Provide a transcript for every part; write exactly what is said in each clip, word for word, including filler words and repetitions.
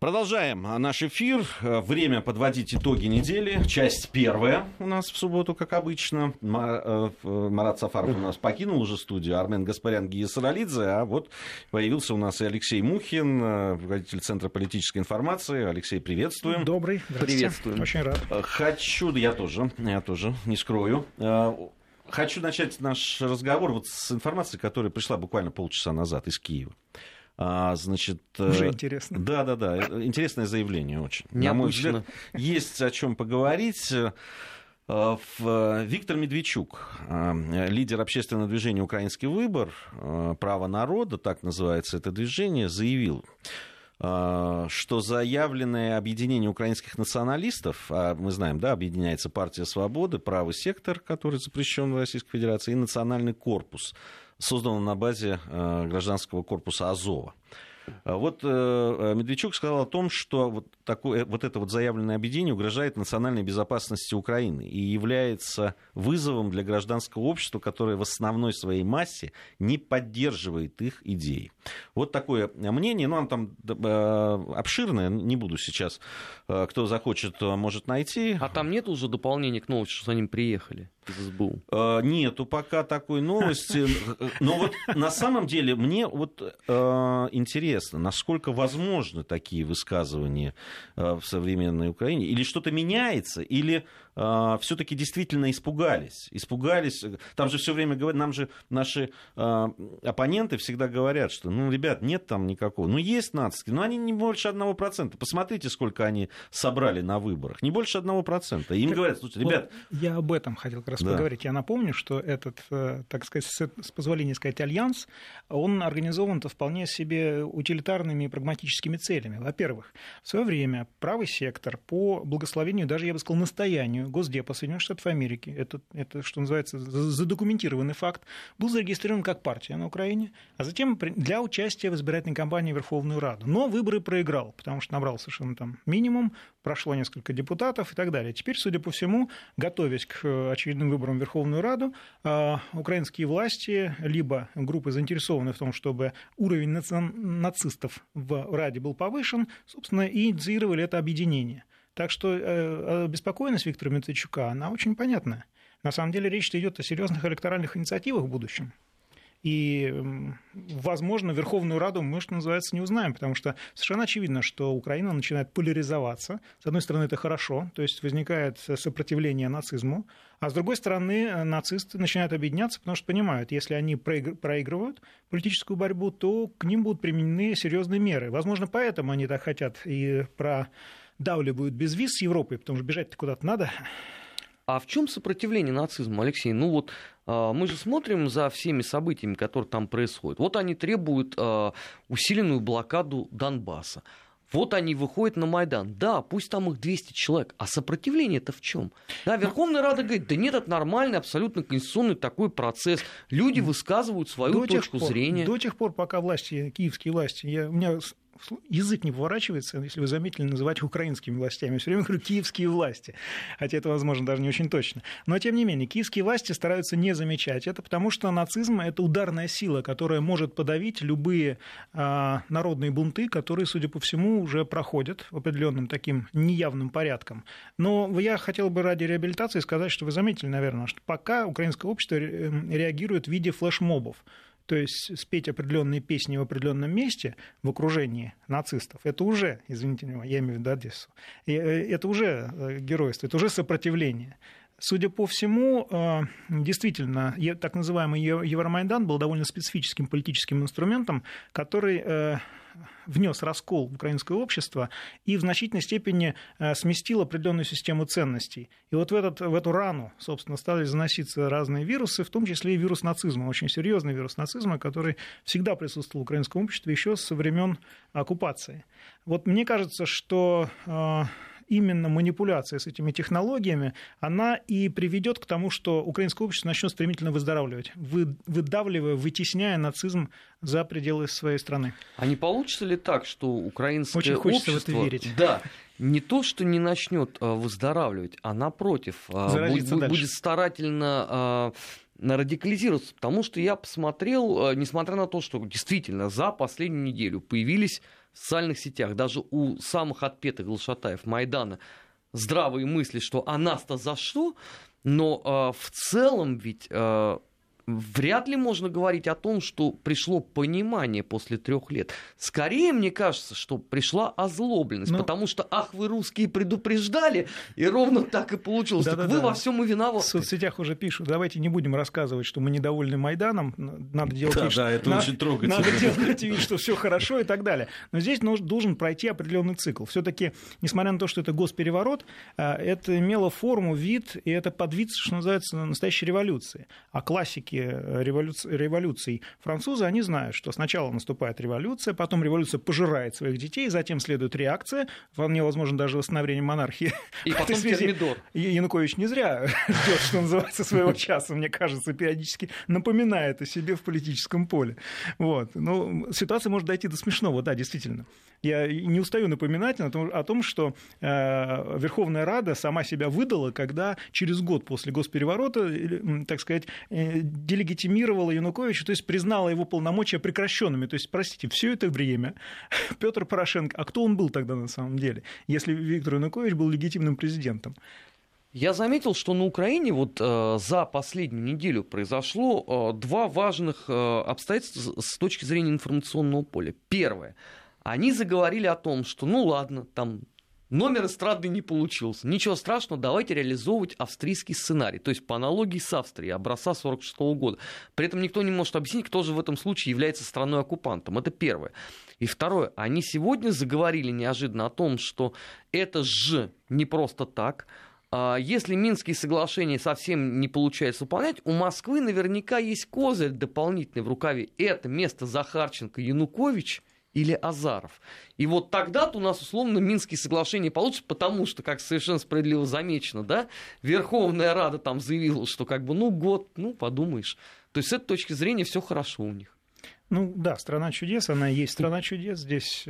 Продолжаем наш эфир. Время подводить итоги недели. Часть первая у нас в субботу, как обычно. Марат Сафаров у нас покинул уже студию. Армен Гаспарян, Гия Саралидзе. А вот появился у нас и Алексей Мухин, руководитель Центра политической информации. Алексей, приветствуем. Добрый. Приветствуем. Очень рад. Хочу, я тоже, я тоже, не скрою. Хочу начать наш разговор вот с информацией, которая пришла буквально полчаса назад из Киева. А, значит, Уже интересно. Да, да, да. Интересное заявление очень. Необычно. На мой взгляд, есть о чем поговорить. Виктор Медведчук, лидер общественного движения «Украинский выбор», «Право народа», так называется это движение, заявил, что заявленное объединение украинских националистов, а мы знаем, да, объединяется партия «Свободы», «Правый сектор», который запрещен в Российской Федерации, и «Национальный корпус», создан на базе гражданского корпуса Азова. Вот Медведчук сказал о том, что вот, такое, вот это вот заявленное объединение угрожает национальной безопасности Украины и является вызовом для гражданского общества, которое в основной своей массе не поддерживает их идеи. Вот такое мнение, ну, оно там обширное, не буду сейчас, кто захочет, может найти. А там нет уже дополнения к новости, что за ним приехали из эс бэ у? Нету пока такой новости, но вот на самом деле мне вот интересно, насколько возможны такие высказывания в современной Украине, или что-то меняется, или э, все-таки действительно испугались. Испугались. Там же все время говорят, нам же наши э, оппоненты всегда говорят, что, ну, ребят, нет там никакого. Ну, есть нацики, но они не больше одного процента. Посмотрите, сколько они собрали на выборах. Не больше одного процента. Им так, говорят, слушайте, ребят... Вот я об этом хотел как раз да. поговорить. Я напомню, что этот, так сказать, с позволения сказать, альянс, он организован-то вполне себе утилитарными и прагматическими целями. Во-первых, в свое время правый сектор по благословению, даже я бы сказал, настоянию Госдепа Соединенных Штатов Америки, это, это, что называется, задокументированный факт, был зарегистрирован как партия на Украине, а затем для участия в избирательной кампании в Верховную Раду. Но выборы проиграл, потому что набрал совершенно там минимум, прошло несколько депутатов и так далее. Теперь, судя по всему, готовясь к очередным выборам в Верховную Раду, украинские власти, либо группы заинтересованы в том, чтобы уровень нацистов в Раде был повышен, собственно, и инициировали это объединение. Так что обеспокоенность Виктора Медведчука, она очень понятна. На самом деле речь идет о серьезных электоральных инициативах в будущем. И, возможно, Верховную Раду мы, что называется, не узнаем, потому что совершенно очевидно, что Украина начинает поляризоваться. С одной стороны, это хорошо, то есть возникает сопротивление нацизму, а с другой стороны, нацисты начинают объединяться, потому что понимают, если они проигрывают политическую борьбу, то к ним будут применены серьезные меры. Возможно, поэтому они так хотят и продавливают без виз с Европой, потому что бежать-то куда-то надо. А в чем сопротивление нацизму, Алексей? Ну вот мы же смотрим за всеми событиями, которые там происходят. Вот они требуют усиленную блокаду Донбасса. Вот они выходят на Майдан. Да, пусть там их двести человек. А сопротивление-то в чем? Да, Верховная Рада говорит, да нет, это нормальный, абсолютно конституционный такой процесс. Люди высказывают свою до точку пор, зрения. До тех пор, пока власти, киевские власти, я, у меня язык не поворачивается, если вы заметили, называть их украинскими властями. Все время говорю «киевские власти», хотя это, возможно, даже не очень точно. Но, тем не менее, киевские власти стараются не замечать это, потому что нацизм – это ударная сила, которая может подавить любые а, народные бунты, которые, судя по всему, уже проходят определенным таким неявным порядком. Но я хотел бы ради реабилитации сказать, что вы заметили, наверное, что пока украинское общество реагирует в виде флешмобов. То есть спеть определенные песни в определенном месте в окружении нацистов, это уже, извините меня, я имею в виду Одессу, это уже геройство, это уже сопротивление. Судя по всему, действительно, так называемый Евромайдан был довольно специфическим политическим инструментом, который внес раскол в украинское общество и в значительной степени сместил определенную систему ценностей. И вот в, этот, в эту рану, собственно, стали заноситься разные вирусы, в том числе и вирус нацизма, очень серьезный вирус нацизма, который всегда присутствовал в украинском обществе еще со времен оккупации. Вот мне кажется, что именно манипуляция с этими технологиями, она и приведет к тому, что украинское общество начнет стремительно выздоравливать, выдавливая, вытесняя нацизм за пределы своей страны. А не получится ли так, что украинское Очень хочется общество... в это верить. Да, не то, что не начнет выздоравливать, а напротив, будет, будет старательно радикализироваться. Потому что я посмотрел, несмотря на то, что действительно за последнюю неделю появились в социальных сетях, даже у самых отпетых глашатаев Майдана, здравые мысли, что а нас-то за что, но э, в целом ведь э, вряд ли можно говорить о том, что пришло понимание после трех лет. Скорее, мне кажется, что пришла озлобленность, но... потому что, ах, вы русские предупреждали, и ровно так и получилось. Да, так да, вы да. во всем и виноваты. В соцсетях уже пишут, давайте не будем рассказывать, что мы недовольны Майданом, надо делать да, вид, да, это надо, очень трогательно. Надо делать вид, что все хорошо и так далее. Но здесь должен пройти определенный цикл. Все-таки, несмотря на то, что это госпереворот, это имело форму, вид, и это подвид, что называется, настоящей революции. А классики революций, революций французы, они знают, что сначала наступает революция, потом революция пожирает своих детей, затем следует реакция, вполне возможно, даже восстановление монархии. И потом термидор. Янукович не зря ждет, что называется, своего часа, мне кажется, периодически напоминает о себе в политическом поле. Вот. Но ситуация может дойти до смешного, да, действительно. Я не устаю напоминать о том, о том что э, Верховная Рада сама себя выдала, когда через год после госпереворота, так сказать, э, делегитимировала Януковича, то есть признала его полномочия прекращенными. То есть, простите, все это время Петр Порошенко, а кто он был тогда на самом деле, если Виктор Янукович был легитимным президентом? Я заметил, что на Украине вот э, за последнюю неделю произошло э, два важных э, обстоятельства с точки зрения информационного поля. Первое. Они заговорили о том, что ну ладно, там номер эстрады не получился, ничего страшного, давайте реализовывать австрийский сценарий, то есть по аналогии с Австрией, образца сорок шестого года. При этом никто не может объяснить, кто же в этом случае является страной-оккупантом. Это первое. И второе, они сегодня заговорили неожиданно о том, что это же не просто так. Если Минские соглашения совсем не получается выполнять, у Москвы наверняка есть козырь дополнительный в рукаве. Это место Захарченко, Янукович или Азаров. И вот тогда-то у нас, условно, Минские соглашения получатся, потому что, как совершенно справедливо замечено, да, Верховная Рада там заявила, что как бы, ну, год, ну, подумаешь. То есть с этой точки зрения все хорошо у них. Ну, да, страна чудес, она и есть страна чудес. Здесь,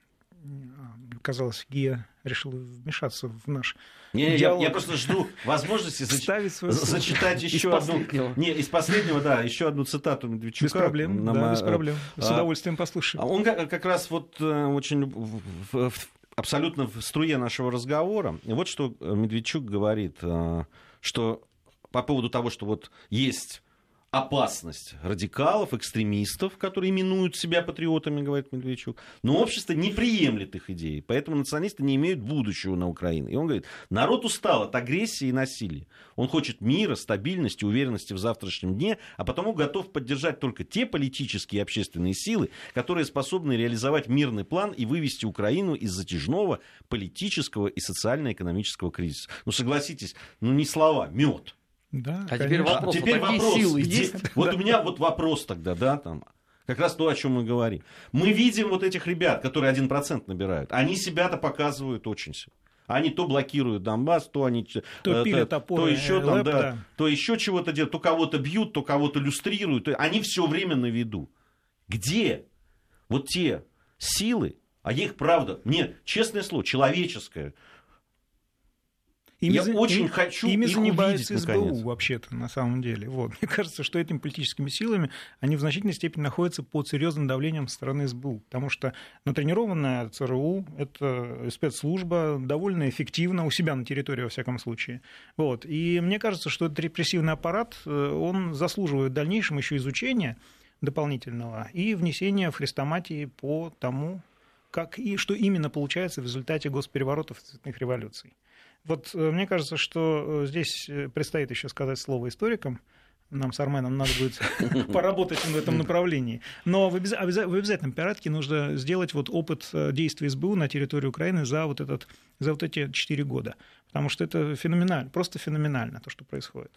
казалось, Гия решил вмешаться в наш не, диалог. Я, я просто жду возможности зач... зачитать еще одну... Не, из последнего, да, еще одну цитату Медведчука. Без проблем, Нам... да, без проблем. С удовольствием послушаем. Он как раз вот очень абсолютно в струе нашего разговора. И вот что Медведчук говорит, что по поводу того, что вот есть опасность радикалов, экстремистов, которые именуют себя патриотами, говорит Медведчук, но общество не приемлет их идеи, поэтому националисты не имеют будущего на Украине. И он говорит, народ устал от агрессии и насилия. Он хочет мира, стабильности, уверенности в завтрашнем дне, а потому готов поддержать только те политические и общественные силы, которые способны реализовать мирный план и вывести Украину из затяжного политического и социально-экономического кризиса. Ну, согласитесь, ну не слова, мед. Да, а теперь вопрос, а теперь а вопрос силы где... есть? Вот да. у меня вот вопрос тогда, да, там, как раз то, о чем мы говорим. Мы видим вот этих ребят, которые один процент набирают. Они себя-то показывают очень сильно. Они то блокируют Донбасс, то они то, э, пилят то, опоры, то еще там, лэп, да, да. то еще чего-то делают, то кого-то бьют, то кого-то люстрируют. Они все время на виду. Где вот те силы, а я их правда, мне честное слово, человеческое. Ими Я за... очень им... хочу ими их занимается увидеть, СБУ, наконец. вообще-то, на самом деле. Вот. Мне кажется, что этими политическими силами они в значительной степени находятся под серьезным давлением со стороны СБУ, потому что натренированная ЦРУ — это спецслужба, довольно эффективна у себя на территории, во всяком случае. Вот. И мне кажется, что этот репрессивный аппарат, он заслуживает в дальнейшем еще изучения дополнительного и внесения в хрестоматии по тому, как и что именно получается в результате госпереворотов и цветных революций. Вот мне кажется, что здесь предстоит еще сказать слово историкам. Нам с Арменом надо будет поработать в этом направлении. Но в обязательном порядке нужно сделать вот опыт действий СБУ на территории Украины за вот, этот, за вот эти четыре года. Потому что это феноменально, просто феноменально то, что происходит.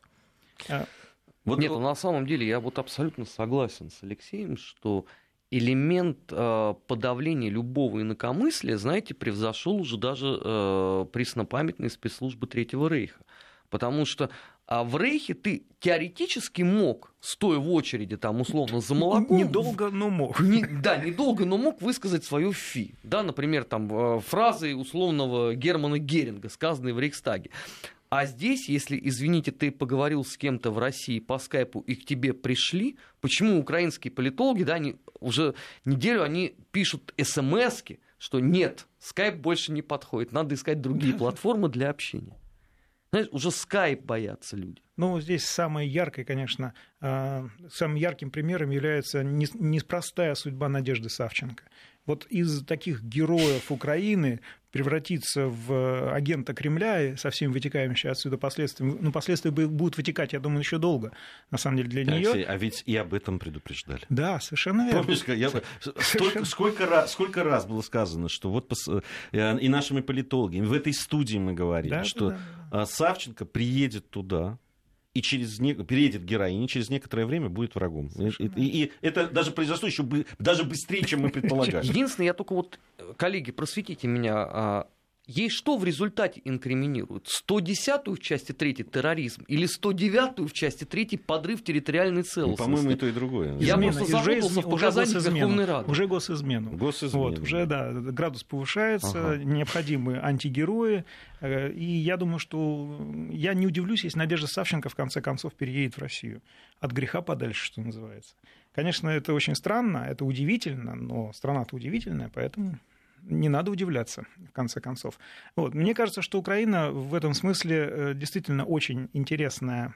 Вот Нет, ну, на самом деле я вот абсолютно согласен с Алексеем, что элемент э, подавления любого инакомыслия, знаете, превзошел уже даже э, преснопамятные спецслужбы Третьего Рейха. Потому что а в Рейхе ты теоретически мог, стоя в очереди, там, условно, за молоком... Недолго, но мог. Не, да, недолго, но мог высказать свою фи. Да, например, там, фразы условного Германа Геринга, сказанные в Рейхстаге. А здесь, если, извините, ты поговорил с кем-то в России по скайпу и к тебе пришли, почему украинские политологи, да, они уже неделю они пишут смс-ки, что нет, скайп больше не подходит, надо искать другие платформы для общения. Знаешь, уже скайп боятся люди. Ну, здесь самой яркой, конечно, самым ярким примером является неспростая судьба Надежды Савченко. Вот из таких героев Украины превратиться в агента Кремля со всеми вытекающими отсюда последствиями, ну, последствия будут вытекать, я думаю, еще долго, на самом деле, для нее. Алексей, а ведь и об этом предупреждали. Да, совершенно верно. Помнишь, я... столько, сколько, раз, сколько раз было сказано, что вот и нашими политологами, в этой студии мы говорили, да, что да, да. Савченко приедет туда, и через не... переедет героиня, через некоторое время будет врагом. И, и, и это даже произошло еще бы... даже быстрее, чем мы предполагали. Единственное, я только вот, коллеги, просветите меня, ей что в результате инкриминируют? сто десятую в части третьей терроризм или сто девятую в части третьей подрыв территориальной целостности? Ну, по-моему, и то, и другое. Я Измена. просто запутался в показаниях Верховной Рады. Уже госизмену. Госизмену. Вот, уже, да, градус повышается, ага. необходимы антигерои. И я думаю, что я не удивлюсь, если Надежда Савченко в конце концов переедет в Россию. От греха подальше, что называется. Конечно, это очень странно, это удивительно, но страна-то удивительная, поэтому... не надо удивляться, в конце концов. Вот. Мне кажется, что Украина в этом смысле действительно очень интересная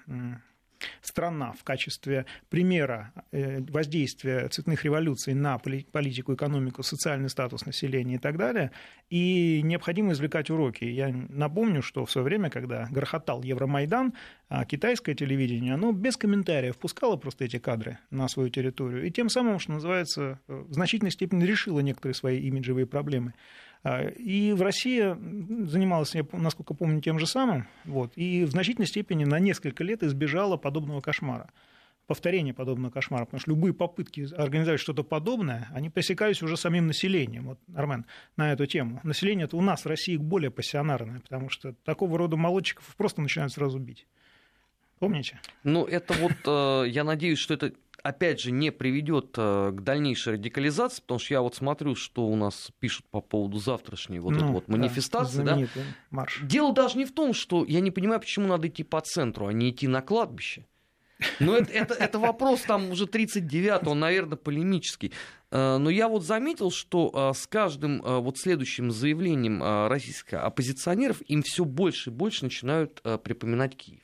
страна в качестве примера воздействия цветных революций на политику, экономику, социальный статус населения и так далее. И необходимо извлекать уроки. Я напомню, что в свое время, когда грохотал Евромайдан, китайское телевидение, оно без комментариев пускало просто эти кадры на свою территорию. И тем самым, что называется, в значительной степени решило некоторые свои имиджевые проблемы. И в России занималась, я, насколько помню, тем же самым, вот, и в значительной степени на несколько лет избежала подобного кошмара, повторения подобного кошмара, потому что любые попытки организовать что-то подобное, они пресекались уже самим населением. Вот, Армен, на эту тему. Население у нас в России более пассионарное, потому что такого рода молодчиков просто начинают сразу бить. Помните? Ну, это вот, я надеюсь, что это... опять же, не приведет к дальнейшей радикализации, потому что я вот смотрю, что у нас пишут по поводу завтрашней вот ну, этой вот манифестации. Да, да? Марш. Дело даже не в том, что я не понимаю, почему надо идти по центру, а не идти на кладбище. Но это, это, это вопрос там уже тридцать девятого, он, наверное, полемический. Но я вот заметил, что с каждым вот следующим заявлением российских оппозиционеров им все больше и больше начинают припоминать Киев.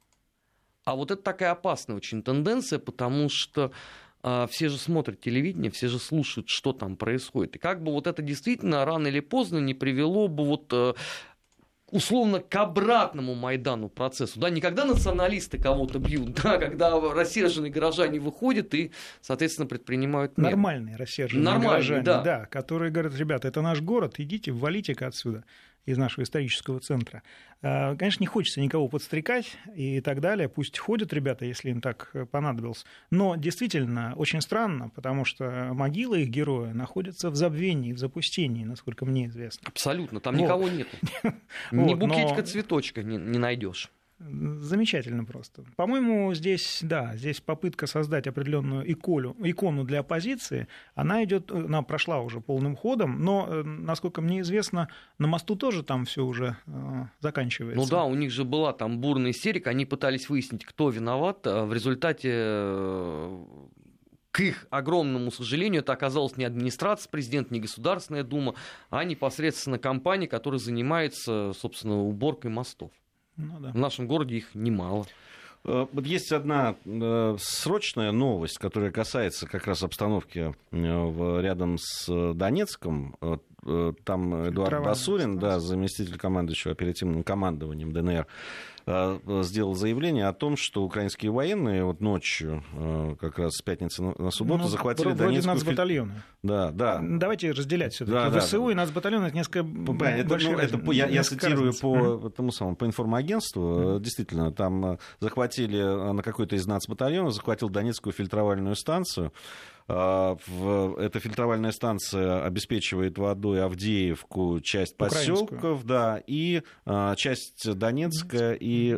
А вот это такая опасная очень тенденция, потому что э, все же смотрят телевидение, все же слушают, что там происходит. И как бы вот это действительно рано или поздно не привело бы вот... Э, условно к обратному Майдану процессу. Да, не когда националисты кого-то бьют, да, когда рассерженные горожане выходят и, соответственно, предпринимают меры. Нормальные рассерженные Нормальные, горожане, да. Да, которые говорят, ребята, это наш город, идите, валите-ка отсюда, из нашего исторического центра. Конечно, не хочется никого подстрекать и так далее, пусть ходят ребята, если им так понадобилось. Но действительно очень странно, потому что могила их героя находится в забвении, в запустении, насколько мне известно. Абсолютно, там вот. Никого нет. Ни букетика но... цветочка не, не найдешь. Замечательно просто. По-моему, здесь, да, здесь попытка создать определенную икону, икону для оппозиции, она идет, она прошла уже полным ходом, но, насколько мне известно, на мосту тоже там все уже э, заканчивается. Ну да, у них же была там бурная истерика, они пытались выяснить, кто виноват, в результате... Э, к их огромному сожалению, это оказалась не администрация президента, не Государственная Дума, а непосредственно компания, которая занимается, собственно, уборкой мостов. Ну, да. В нашем городе их немало. Вот есть одна срочная новость, которая касается как раз обстановки рядом с Донецком. Там Эдуард Трава, Басурин, да, заместитель командующего оперативным командованием ДНР, сделал заявление о том, что украинские военные вот ночью, как раз с пятницы на субботу, ну, захватили вроде Донецкую... нацбатальоны. Да, да. Давайте разделять все-таки. Да, ВСУ да. и нацбатальон — это несколько это, большие ну, это, Я, я цитирую разницы. по, тому самому, по информагентству. Mm-hmm. Действительно, там захватили на какой-то из нацбатальонов, захватил Донецкую фильтровальную станцию. Эта фильтровальная станция обеспечивает водой Авдеевку, часть поселков, да, и часть Донецка, и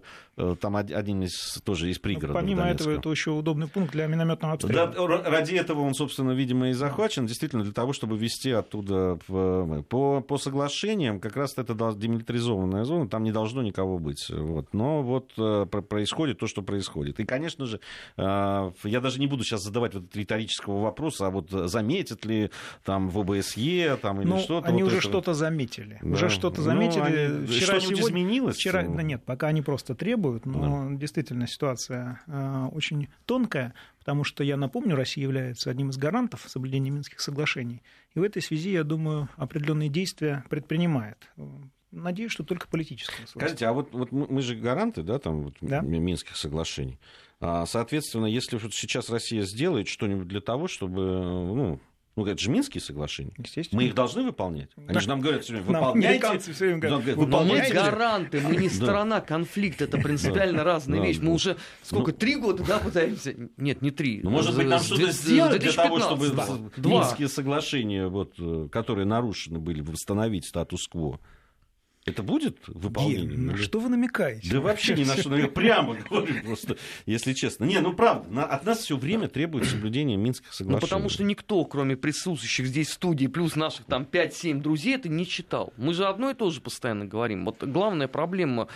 там один из, тоже из пригородов. Ну, помимо Донецка. этого, это еще удобный пункт для минометного обстрела. Да, ради этого он, собственно, видимо, и захвачен, действительно, для того, чтобы вести оттуда в... по, по соглашениям, как раз это демилитаризованная зона, там не должно никого быть. Вот. Но вот происходит то, что происходит. И, конечно же, я даже не буду сейчас задавать вот этот риторического вопроса, а вот заметят ли там в ОБСЕ там, или ну, что-то. Они вот уже это... что-то заметили. Да. Уже что-то Ну, заметили. они... Вчера, Что-нибудь сегодня... изменилось? Вчера... Да нет, пока они просто требуют, но да. действительно ситуация э, очень тонкая, потому что, я напомню, Россия является одним из гарантов соблюдения Минских соглашений. И в этой связи, я думаю, определенные действия предпринимает. Надеюсь, что только политическое. Скажите, а вот, вот мы же гаранты, да, там, вот, да? Минских соглашений. Соответственно, если вот сейчас Россия сделает что-нибудь для того, чтобы... Ну, Ну, это же Минские соглашения. Естественно. Мы их должны выполнять. Они да. же нам говорят все время, нам выполняйте. Американцы все время говорят, говорят, выполняйте. Мы гаранты, мы не сторона да. конфликта. Это принципиально да. разная да. вещь. Мы уже сколько, ну, три года, да, пытаемся? Нет, не три. Ну, может быть, нам что-то сделать для того, чтобы да. Минские соглашения, вот, которые нарушены были, восстановить статус-кво. Это будет выполнение? Георгий, на что вы намекаете? Да вообще ни на что. Я прямо говорю просто, если честно. Не, ну правда, от нас все время требует соблюдения Минских соглашений. Ну потому что никто, кроме присутствующих здесь в студии, плюс наших там пять-семь друзей, это не читал. Мы же одно и то же постоянно говорим. Вот главная проблема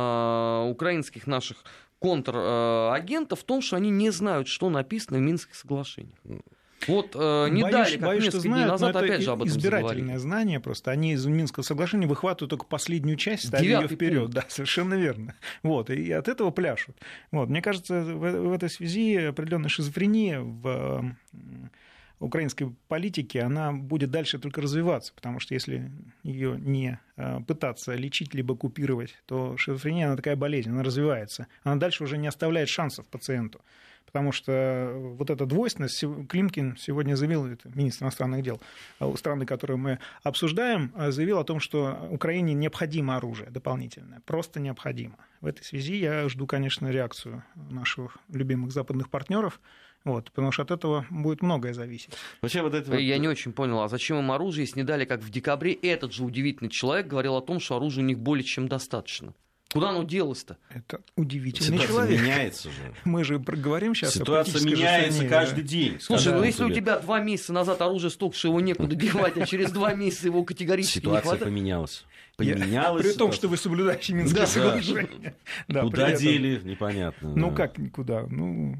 э, украинских наших контрагентов в том, что они не знают, что написано в Минских соглашениях. Вот э, не боюсь, дали, как боюсь, несколько что знают, дней назад, но это опять же об этом избирательное заговорили. знание просто. Они из Минского соглашения выхватывают только последнюю часть, ставят ее вперед. Да, совершенно верно. Вот, и от этого пляшут. Вот, мне кажется, в, в этой связи определенная шизофрения в украинской политике, она будет дальше только развиваться, потому что если ее не пытаться лечить либо купировать, то шизофрения, она такая болезнь, она развивается. Она дальше уже не оставляет шансов пациенту. Потому что вот эта двойственность, Климкин сегодня заявил, это министр иностранных дел страны, которую мы обсуждаем, заявил о том, что Украине необходимо оружие дополнительное, просто необходимо. В этой связи я жду, конечно, реакцию наших любимых западных партнеров, вот, потому что от этого будет многое зависеть. Вообще, вот это вот... Я не очень понял, а зачем им оружие, если не дали, как в декабре, этот же удивительный человек говорил о том, что оружия у них более чем достаточно. Куда оно делось-то? Это удивительный Ситуация человек. меняется же. Мы же говорим сейчас Ситуация о политической меняется стране, каждый да. день. Слушай, ну если тебе. у тебя два месяца назад оружие столько, что его некуда девать, а через два месяца его категорически Ситуация не хватает. поменялась. Поменялась. При том, что вы соблюдаете Минские соглашения. Куда дели, непонятно. Ну как никуда? Ну...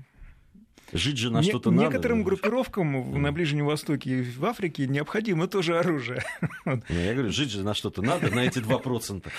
Жить же на Не, что-то надо. Некоторым группировкам на Ближнем Востоке и в Африке необходимо тоже оружие. Ну, я говорю, жить же на что-то надо, на эти два процента.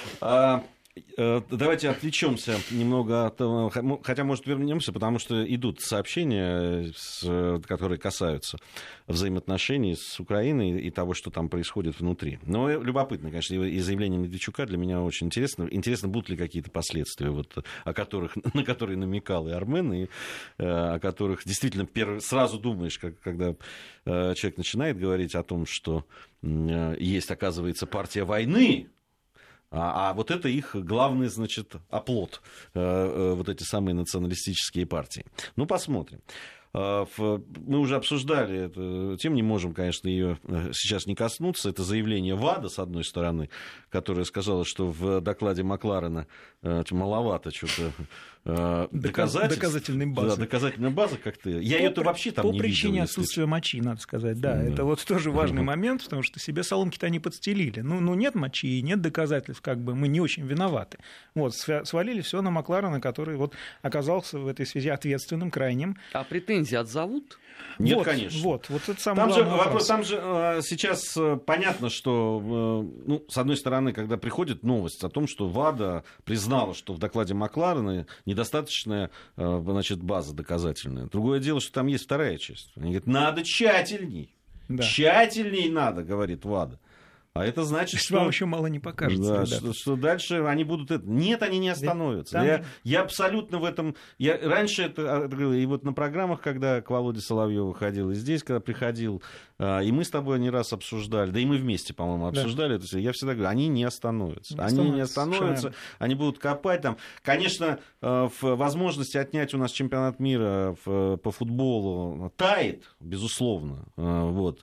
Давайте отвлечемся немного от того, хотя, может, вернемся, потому что идут сообщения, которые касаются взаимоотношений с Украиной и того, что там происходит внутри. Но любопытно, конечно, и заявление Медведчука для меня очень интересно. Интересно, будут ли какие-то последствия, вот, о которых, на которые намекал и Армен, и о которых действительно первый, сразу думаешь, как, когда человек начинает говорить о том, что есть, оказывается, партия войны. А, а вот это их главный, значит, оплот, э, э, вот эти самые националистические партии. Ну, посмотрим. Э, в, мы уже обсуждали эту тему, не можем, конечно, ее сейчас не коснуться. Это заявление ВАДА, с одной стороны, которое сказало, что в докладе Макларена э, маловато что-то э, доказательств. Доказательной базы. Да, доказательная база как-то. Я ее-то вообще там по не видел. По причине если... отсутствия мочи, надо сказать. Да, да. Это вот тоже важный момент, потому что себе соломки-то они подстелили. Ну, ну, нет мочи, нет доказательств, как бы мы не очень виноваты. Вот, свалили все на Макларена, который вот оказался в этой связи ответственным, крайним. А претензии отзовут? Нет, вот, конечно. Вот, вот это самый там же, вопрос. вопрос. Там же э, сейчас э, понятно, что, э, ну, с одной стороны, когда приходит новость о том, что ВАДА признала, что в докладе Макларена недостаточная э, значит, база доказательная. Другое дело, что там есть вторая часть. Они говорят, надо тщательней. Да. Тщательней надо, говорит ВАДА. А это значит, что... Вам еще мало не покажется. Да, что, что дальше они будут... Это... Нет, они не остановятся. Там... Я, я абсолютно в этом... Я раньше это... И вот на программах, когда к Володе Соловьеву ходил, и здесь, когда приходил, И мы с тобой не раз обсуждали, да и мы вместе, по-моему, обсуждали да. это. Я всегда говорю, они не остановятся. Не они не остановятся, совершенно. Они будут копать там. Конечно, в возможности отнять у нас чемпионат мира по футболу тает, безусловно. Вот.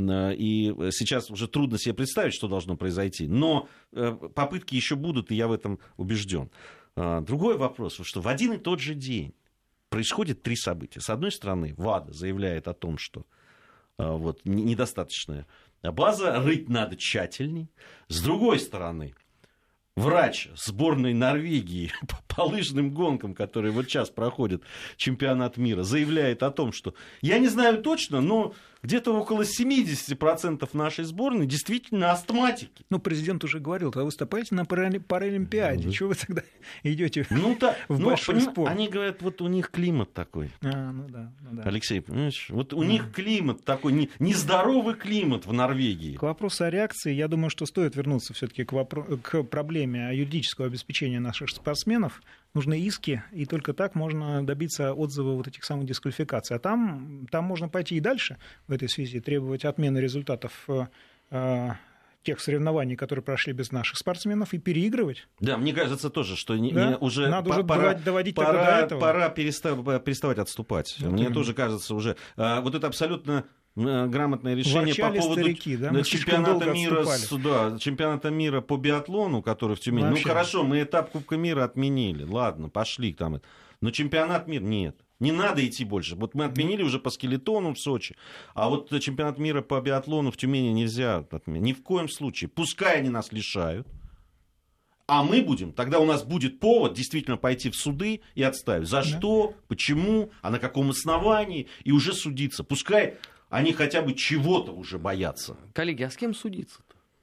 И сейчас уже трудно себе представить, что должно произойти. Но попытки еще будут, и я в этом убежден. Другой вопрос, что в один и тот же день происходит три события. С одной стороны, ВАДА заявляет о том, что вот, недостаточная база, рыть надо тщательней. С другой стороны, врач сборной Норвегии по лыжным гонкам, который вот сейчас проходит чемпионат мира, заявляет о том, что, я не знаю точно, но где-то около семьдесят процентов нашей сборной действительно астматики. Ну, президент уже говорил, вы выступаете на Паралимпиаде, mm-hmm. чего вы тогда идете ну, да, в но, большой поним... спор? Они говорят, вот у них климат такой. А, ну да, ну да. Алексей, понимаешь, вот у mm-hmm. них климат такой, не... нездоровый климат в Норвегии. К вопросу о реакции, я думаю, что стоит вернуться все-таки к, вопро... к проблеме юридического обеспечения наших спортсменов. Нужны иски, и только так можно добиться отзыва вот этих самых дисквалификаций. А там, там можно пойти и дальше в этой связи, требовать отмены результатов э, тех соревнований, которые прошли без наших спортсменов, и переигрывать. Да, мне кажется тоже, что не, да? не, уже надо по- уже пора, доводить пора, до этого. Пора перестав, переставать отступать. Да, мне именно. тоже кажется уже... А, вот это абсолютно... грамотное решение Ворчали по поводу старики, да? чемпионата мира, с, да, чемпионата мира по биатлону, который в Тюмени. Вообще. Ну хорошо, мы этап Кубка мира отменили, ладно, пошли там. Но чемпионат мира нет. Не надо идти больше. Вот мы отменили уже по скелетону в Сочи, а вот чемпионат мира по биатлону в Тюмени нельзя отменить. Ни в коем случае. Пускай они нас лишают. А мы будем, тогда у нас будет повод действительно пойти в суды и отставить. За да. что, почему, а на каком основании, и уже судиться. Пускай они хотя бы чего-то уже боятся. Коллеги, а с кем судиться-то?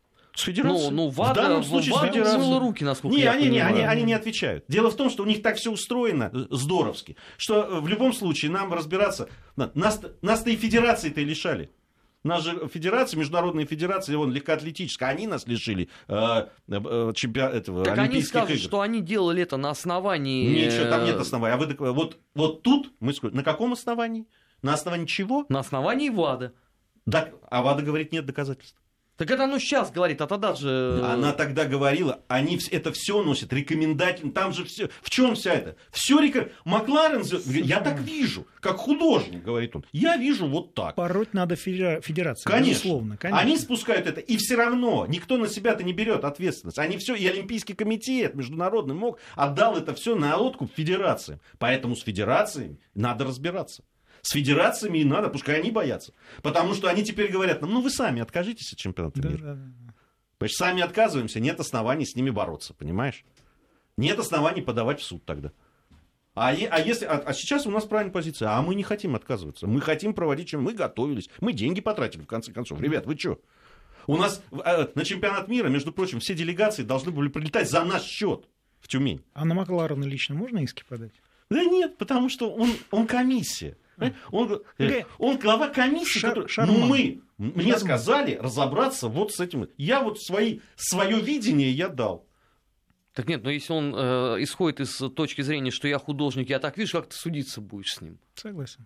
С федерацией. Ну, ну ВАДА, в данном случае ВАДА с федерацией. умыла руки, насколько не, я они, понимаю. Не, они, они не отвечают. Дело в том, что у них так все устроено здоровски, что в любом случае нам разбираться... Нас, нас-то и федерации-то и лишали. Нас же федерация, международная федерация, вон, легкоатлетическая, они нас лишили э, э, чемпион, этого, так олимпийских они скажут, игр. что они делали это на основании... Ничего, там нет основания. А вы, вот, вот тут мы скажем, на каком основании? На основании чего? На основании ВАДА. Да, а ВАДА говорит, нет доказательств. Так это оно сейчас говорит, а тогда же... Она тогда говорила, они это все носят рекомендательно, там же все... В чем вся это? Все реком... Макларен, я так вижу, как художник, говорит он. Я вижу вот так. Пороть надо федерацию, конечно. безусловно. Конечно. Они спускают это, и все равно никто на себя-то не берет ответственность. Они все, и Олимпийский комитет международный мог, отдал это все на откуп федерациям. Поэтому с федерациями надо разбираться. С федерациями и надо, пускай они боятся. Потому что они теперь говорят нам, ну вы сами откажитесь от чемпионата да, мира. Да, да. Потому что сами отказываемся, нет оснований с ними бороться, понимаешь? Нет оснований подавать в суд тогда. А, е, а, если, а, а сейчас у нас правильная позиция, а мы не хотим отказываться. Мы хотим проводить, чем мы готовились. Мы деньги потратили, в конце концов. Ребят, вы что? У нас э, на чемпионат мира, между прочим, все делегации должны были прилетать за наш счет в Тюмень. А на Макларена лично можно иски подать? Да нет, потому что он, он комиссия. Он, okay. он глава комиссии, Шар, который... Ну, мы, мне сказали разобраться вот с этим. Я вот свои, свое видение я дал. Так нет, но если он э, исходит из точки зрения, что я художник, я так вижу, как ты судиться будешь с ним? Согласен.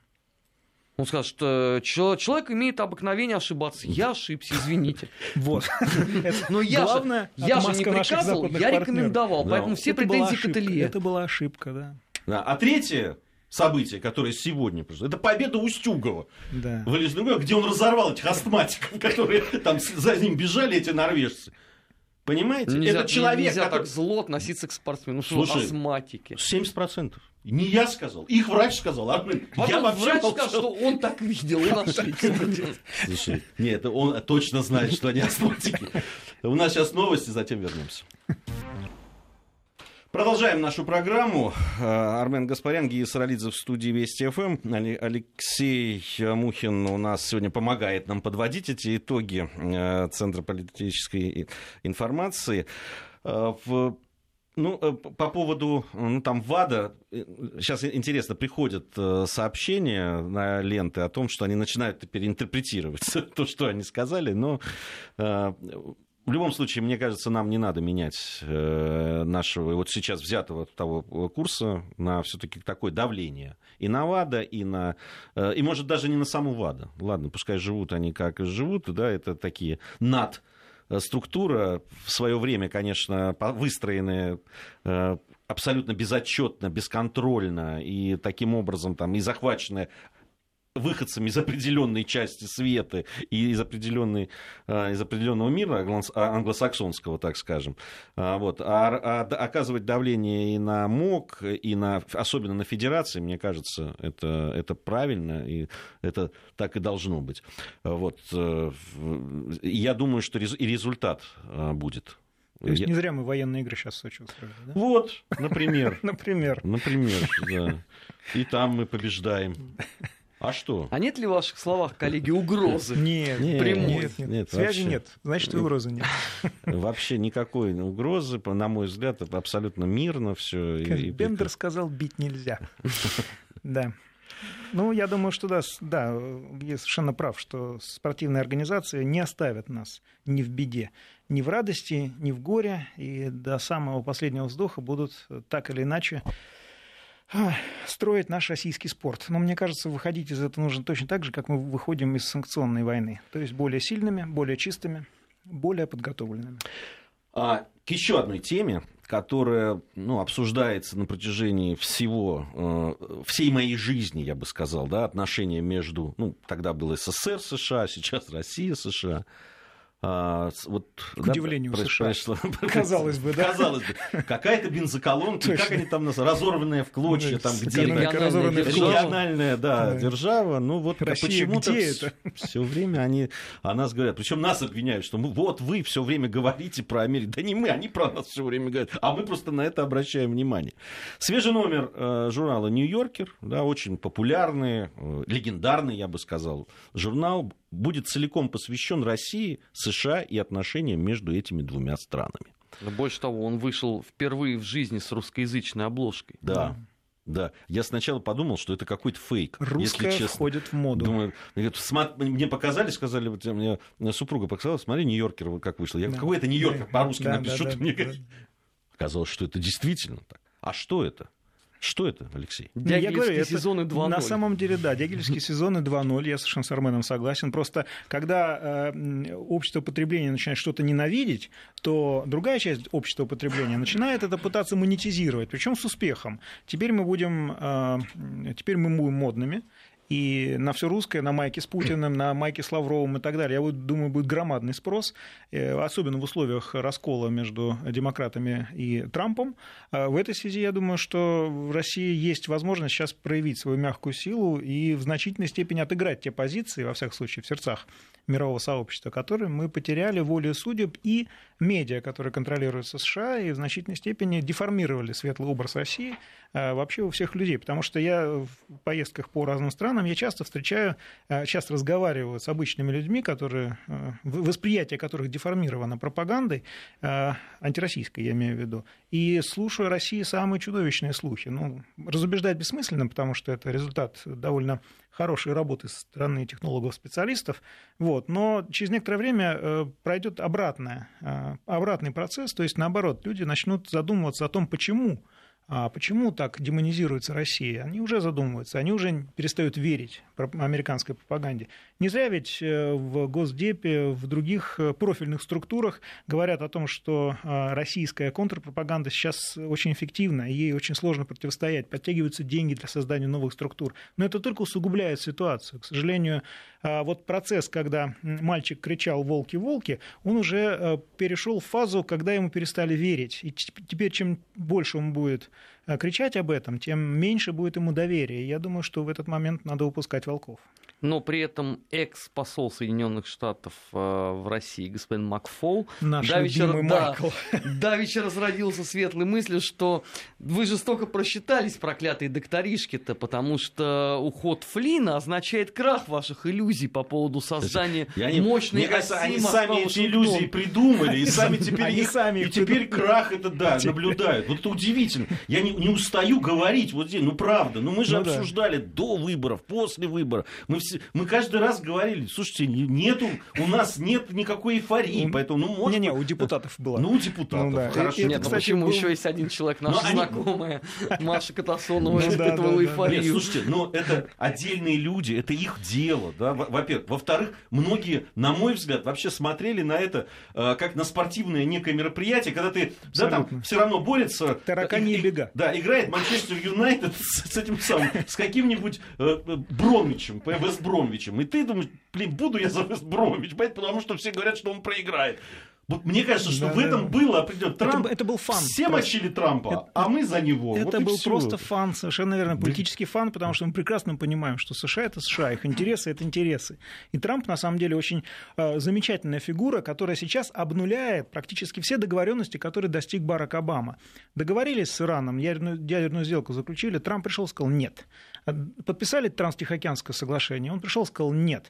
Он скажет, что человек имеет обыкновение ошибаться. Я ошибся, извините. Вот. Но я же не приказывал, я рекомендовал. Поэтому все претензии к ателье. Это была ошибка, да. А третье событие, которое сегодня произошло, это победа Устюгова да. в Лыжной гонке, где он разорвал этих астматиков, которые там за ним бежали, эти норвежцы. Понимаете? Нельзя, это человек, нельзя который... так зло относиться к спортсмену. Слушай, астматики. семьдесят процентов. Не я сказал, их врач сказал. А мы... я врач сказал, что он так видел, он ошибся. Слушай, нет, он точно знает, что они астматики. У нас сейчас новости, затем вернемся. Продолжаем нашу программу. Армен Гаспарян, Гия Саралидзе в студии Вести ФМ. Алексей Мухин у нас сегодня помогает нам подводить эти итоги Центра политической информации. В, ну, по поводу ну, там, ВАДА, сейчас интересно, приходят сообщения на ленты о том, что они начинают теперь интерпретировать то, что они сказали, но... в любом случае, мне кажется, нам не надо менять э, нашего вот сейчас взятого того курса на все-таки такое давление и на ВАДА, и на... Э, и, может, даже не на саму ВАДА. Ладно, пускай живут они как живут, да, это такие над... структура в свое время, конечно, выстроенная э, абсолютно безотчетно, бесконтрольно и таким образом там и захваченная выходцами из определенной части света и из, определенной, из определенного мира англосаксонского, так скажем. Вот. А, а оказывать давление и на МОК, и на, особенно на федерации, мне кажется, это, это правильно, и это так и должно быть. Вот. Я думаю, что и результат будет. То есть не зря мы военные игры сейчас в Сочи устроили, да? Вот, например. Например. Например, да. И там мы побеждаем. А что? А нет ли в ваших словах, коллеги, угрозы? Нет, нет, нет, нет. нет связи вообще. Нет, значит, и угрозы нет. Вообще никакой угрозы, на мой взгляд, это абсолютно мирно все. Как и, Бендер и... сказал, бить нельзя. Да. Ну, я думаю, что да, да, я совершенно прав, что спортивные организации не оставят нас ни в беде, ни в радости, ни в горе, и до самого последнего вздоха будут так или иначе строить наш российский спорт. Но мне кажется, выходить из этого нужно точно так же, как мы выходим из санкционной войны. То есть более сильными, более чистыми, более подготовленными. А, к еще одной теме, которая ну, обсуждается на протяжении всего, э, всей моей жизни, я бы сказал, да, отношения между, ну, тогда был СССР, США, сейчас Россия, США. А, вот, к да, удивлению США. Казалось бы, да? Казалось бы. Какая-то бензоколонка, как они там называют, разорванная в клочья, там где-то. Региональная, региональная да, да. держава. Ну вот почему-то все время они о нас говорят. Причем нас обвиняют, что мы, вот вы все время говорите про Америку. Да не мы, они про нас все время говорят. А мы просто на это обращаем внимание. Свежий номер э, журнала «Нью-Йоркер», да, очень популярный, э, легендарный, я бы сказал, журнал, будет целиком посвящен России, США и отношениям между этими двумя странами. Больше того, он вышел впервые в жизни с русскоязычной обложкой. Да, да. Я сначала подумал, что это какой-то фейк. Русская если честно. Входит в моду. Думаю, мне показали, сказали, вот, мне супруга показала, смотри, «Нью-Йоркер» как вышло. Я, да. Какой это «Нью-Йоркер» да. по-русски да, напишу, да, что да, мне да. Оказалось, что это действительно так. А что это? Что это, Алексей? Дягильские говорю, это сезоны два ноль. На самом деле, да, дягильские сезоны два ноль, я совершенно с Арменом согласен. Просто когда э, общество потребления начинает что-то ненавидеть, то другая часть общества потребления начинает это пытаться монетизировать, причем с успехом. Теперь мы будем, э, теперь мы будем модными. И на все русское, на майке с Путиным, на майке с Лавровым и так далее, я вот думаю, будет громадный спрос, особенно в условиях раскола между демократами и Трампом. В этой связи я думаю, что в России есть возможность сейчас проявить свою мягкую силу и в значительной степени отыграть те позиции, во всяком случае, в сердцах мирового сообщества, которые мы потеряли волею судеб, и медиа, которые контролируются США, и в значительной степени деформировали светлый образ России вообще у всех людей. Потому что я в поездках по разным странам я часто встречаю, часто разговариваю с обычными людьми, которые, восприятие которых деформировано пропагандой, антироссийской, я имею в виду, и слушаю о России самые чудовищные слухи. Ну, разубеждать бессмысленно, потому что это результат довольно хорошей работы со стороны технологов-специалистов, вот, но через некоторое время пройдет обратное, обратный процесс, то есть наоборот, люди начнут задумываться о том, почему А почему так демонизируется Россия? Они уже задумываются, они уже перестают верить американской пропаганде. Не зря ведь в Госдепе, в других профильных структурах говорят о том, что российская контрпропаганда сейчас очень эффективна, и ей очень сложно противостоять, подтягиваются деньги для создания новых структур. Но это только усугубляет ситуацию. К сожалению, вот процесс, когда мальчик кричал «волки, волки», он уже перешел в фазу, когда ему перестали верить. И теперь, чем больше он будет кричать об этом, тем меньше будет ему доверия. Я думаю, что в этот момент надо выпускать волков. Но при этом экс-посол Соединенных Штатов в России, господин Макфол, наш давеча, любимый да, Майкл, давеча разродился светлой мыслью, что вы жестоко просчитались, проклятые докторишки-то, потому что уход Флина означает крах ваших иллюзий по поводу создания они, мощной мне кажется, они сами эти иллюзии придумали, и сами теперь, их, сами и теперь крах это, да, наблюдают. Вот это удивительно. Я не, не устаю говорить вот здесь, ну правда, ну мы же ну, обсуждали да. до выборов, после выборов. Мы мы каждый раз говорили, слушайте, нету, у нас нет никакой эйфории, поэтому, ну, может... Не-не, у депутатов было. Ну, у депутатов, ну, да. хорошо. И, Нет, ну почему был... еще есть один человек, наша но знакомая, они... Маша Катасонова, испытывала эйфорию. Нет, слушайте, но это отдельные люди, это их дело, да, во-первых. Во-вторых, многие, на мой взгляд, вообще смотрели на это как на спортивное некое мероприятие, когда ты, да, там все равно борется... Таракани и бега. Да, играет Манчестер Юнайтед с, с этим самым, с каким-нибудь э, Бромвичем, Вест Бромвичем. И ты думаешь, блин, буду я за Вест Бромвич, потому что все говорят, что он проиграет. Вот мне кажется, что да, в этом да. было определенно. Трамп, это, это был фан. Все мочили Трампа, это, а мы за него. Это вот был все. Просто фан, совершенно верно, политический фан, потому что мы прекрасно понимаем, что США — это США, их интересы — это интересы. И Трамп, на самом деле, очень э, замечательная фигура, которая сейчас обнуляет практически все договоренности, которые достиг Барак Обама. Договорились с Ираном, ядерную, ядерную сделку заключили, Трамп пришел и сказал «нет». Подписали Транстихоокеанское соглашение, он пришел и сказал «нет».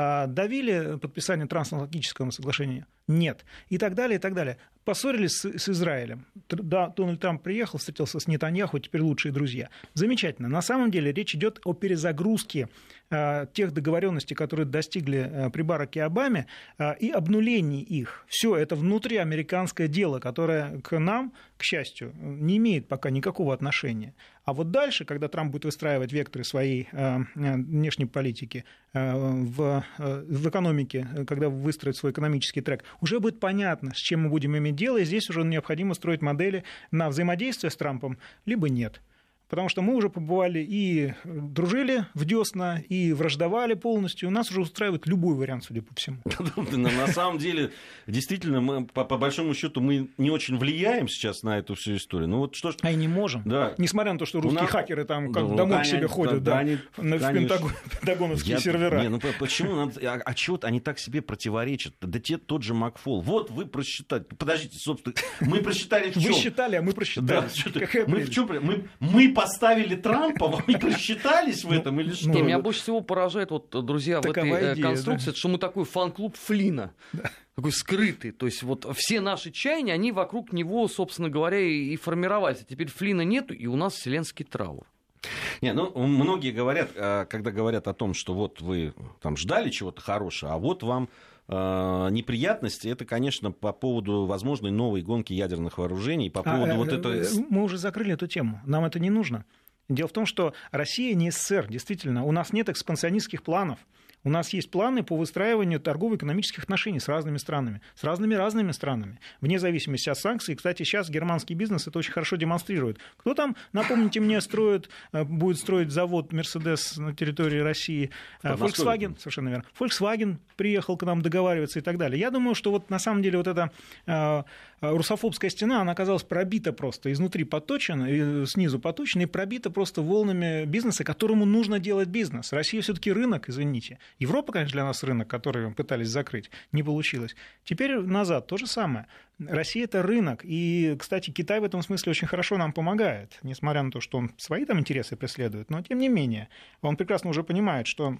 Давили подписание трансатлантического соглашения? Нет. И так далее, и так далее. Поссорились с, с Израилем. Да, Дональд Трамп приехал, встретился с Нетаньяху, теперь лучшие друзья. Замечательно. На самом деле речь идет о перезагрузке э, тех договоренностей, которые достигли э, при Бараке Обаме, э, и обнулении их. Все это внутриамериканское дело, которое к нам, к счастью, не имеет пока никакого отношения. А вот дальше, когда Трамп будет выстраивать векторы своей э, внешней политики э, в, э, в экономике, когда выстроит свой экономический трек, уже будет понятно, с чем мы будем иметь дело, и здесь уже необходимо строить модели на взаимодействие с Трампом, либо нет. Потому что мы уже побывали и дружили в десна, и враждовали полностью. Нас уже устраивает любой вариант, судя по всему. На самом деле, действительно, мы, по, по большому счету, мы не очень влияем сейчас на эту всю историю. Ну, вот что ж... А и не можем. Да. Несмотря на то, что русские нас... хакеры там как ну, домой конечно, к себе ходят, да, да, они, на, в пентагон, пентагоновские Я... сервера. Не, ну почему? Надо... А, а чего они так себе противоречат? Да те, тот же Макфол. Вот вы просчитали. Подождите, собственно, мы просчитали в чем? Вы считали, а мы просчитали. Да, мы в чем? Мы, мы поставили Трампа, вы не просчитались в этом или что? Не, меня больше всего поражает, вот, друзья, Такова в этой идея, конструкции, да. что мы такой фан-клуб Флина, да. такой скрытый. То есть вот все наши чаяния, они вокруг него, собственно говоря, и формировались. А теперь Флина нету, и у нас вселенский траур. Не, ну, многие говорят, когда говорят о том, что вот вы там ждали чего-то хорошего, а вот вам неприятности, это, конечно, по поводу возможной новой гонки ядерных вооружений, по поводу а, вот этого... Мы уже закрыли эту тему, нам это не нужно. Дело в том, что Россия не СССР, действительно, у нас нет экспансионистских планов. У нас есть планы по выстраиванию торгово-экономических отношений с разными странами, с разными-разными странами, вне зависимости от санкций. Кстати, сейчас германский бизнес это очень хорошо демонстрирует. Кто там, напомните мне, строит, будет строить завод Mercedes на территории России? Volkswagen, совершенно верно. Volkswagen приехал к нам договариваться и так далее. Я думаю, что вот на самом деле вот эта э, русофобская стена, она оказалась пробита просто, изнутри поточена, и снизу поточена, и пробита просто волнами бизнеса, которому нужно делать бизнес. Россия все-таки рынок, извините. Европа, конечно, для нас рынок, который пытались закрыть, не получилось. Теперь назад то же самое. Россия – это рынок. И, кстати, Китай в этом смысле очень хорошо нам помогает, несмотря на то, что он свои там интересы преследует. Но, тем не менее, он прекрасно уже понимает, что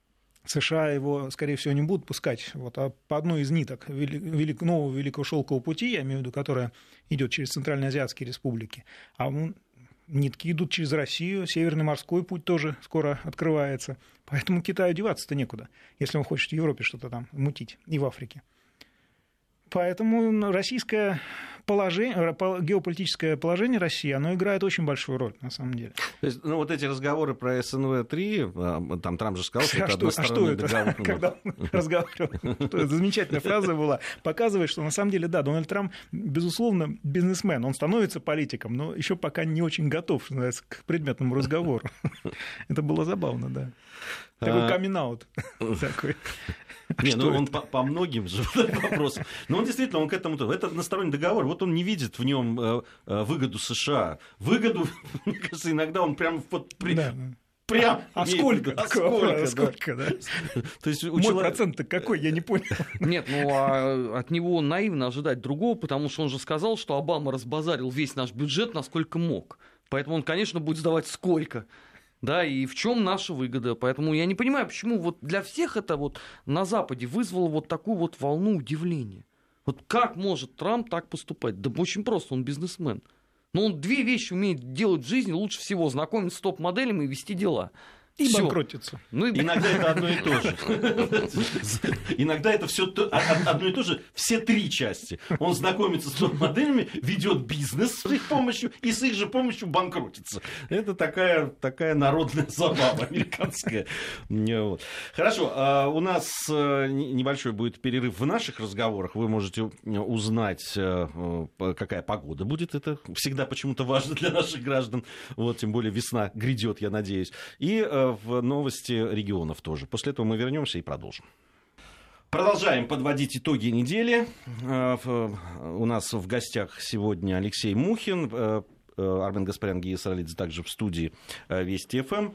США его, скорее всего, не будут пускать вот, а по одной из ниток велик, нового Великого Шелкового пути, я имею в виду, которая идет через Центральноазиатские республики. А он... Нитки идут через Россию, Северный морской путь тоже скоро открывается. Поэтому Китаю деваться-то некуда, если он хочет в Европе что-то там мутить, и в Африке. Поэтому российское положение, геополитическое положение России, оно играет очень большую роль, на самом деле. То есть, ну, вот эти разговоры про эс эн вэ три, там Трамп же сказал, что а это что, односторонний а что договор. Это? Когда он разговаривал, замечательная фраза была, показывает, что на самом деле, да, Дональд Трамп, безусловно, бизнесмен, он становится политиком, но еще пока не очень готов, что называется, к предметному разговору. Это было забавно, да. Такой камин-аут такой. Не, ну он по, по многим же вопросам. Но он действительно, он к этому... Это односторонний договор, вот он не видит в нем э, э, выгоду США. Выгоду, мне кажется, иногда он прям вот... При... Да. Прям а, а сколько? А сколько, а сколько да? То есть, мой человека... процент-то какой, я не понял. Нет, ну а от него наивно ожидать другого, потому что он же сказал, что Обама разбазарил весь наш бюджет, насколько мог. Поэтому он, конечно, будет сдавать сколько. Да, и в чем наша выгода. Поэтому я не понимаю, почему вот для всех это вот на Западе вызвало вот такую вот волну удивления. Вот как может Трамп так поступать? Да очень просто, он бизнесмен. Но он две вещи умеет делать в жизни лучше всего: знакомиться с топ-моделями и вести дела. И Всё. банкротится. Ну, и... Иногда это одно и то же. Иногда это все одно и то же, все три части. Он знакомится с моделями, ведет бизнес с их помощью и с их же помощью банкротится. Это такая, такая народная забава американская. Вот. Хорошо, у нас небольшой будет перерыв в наших разговорах. Вы можете узнать, какая погода будет. Это всегда почему-то важно для наших граждан. Вот, тем более весна грядет, я надеюсь. И в новости регионов тоже. После этого мы вернемся и продолжим. Продолжаем подводить итоги недели. У нас в гостях сегодня Алексей Мухин, Армен Гаспарян, Гия Саралидзе также в студии Вести ФМ.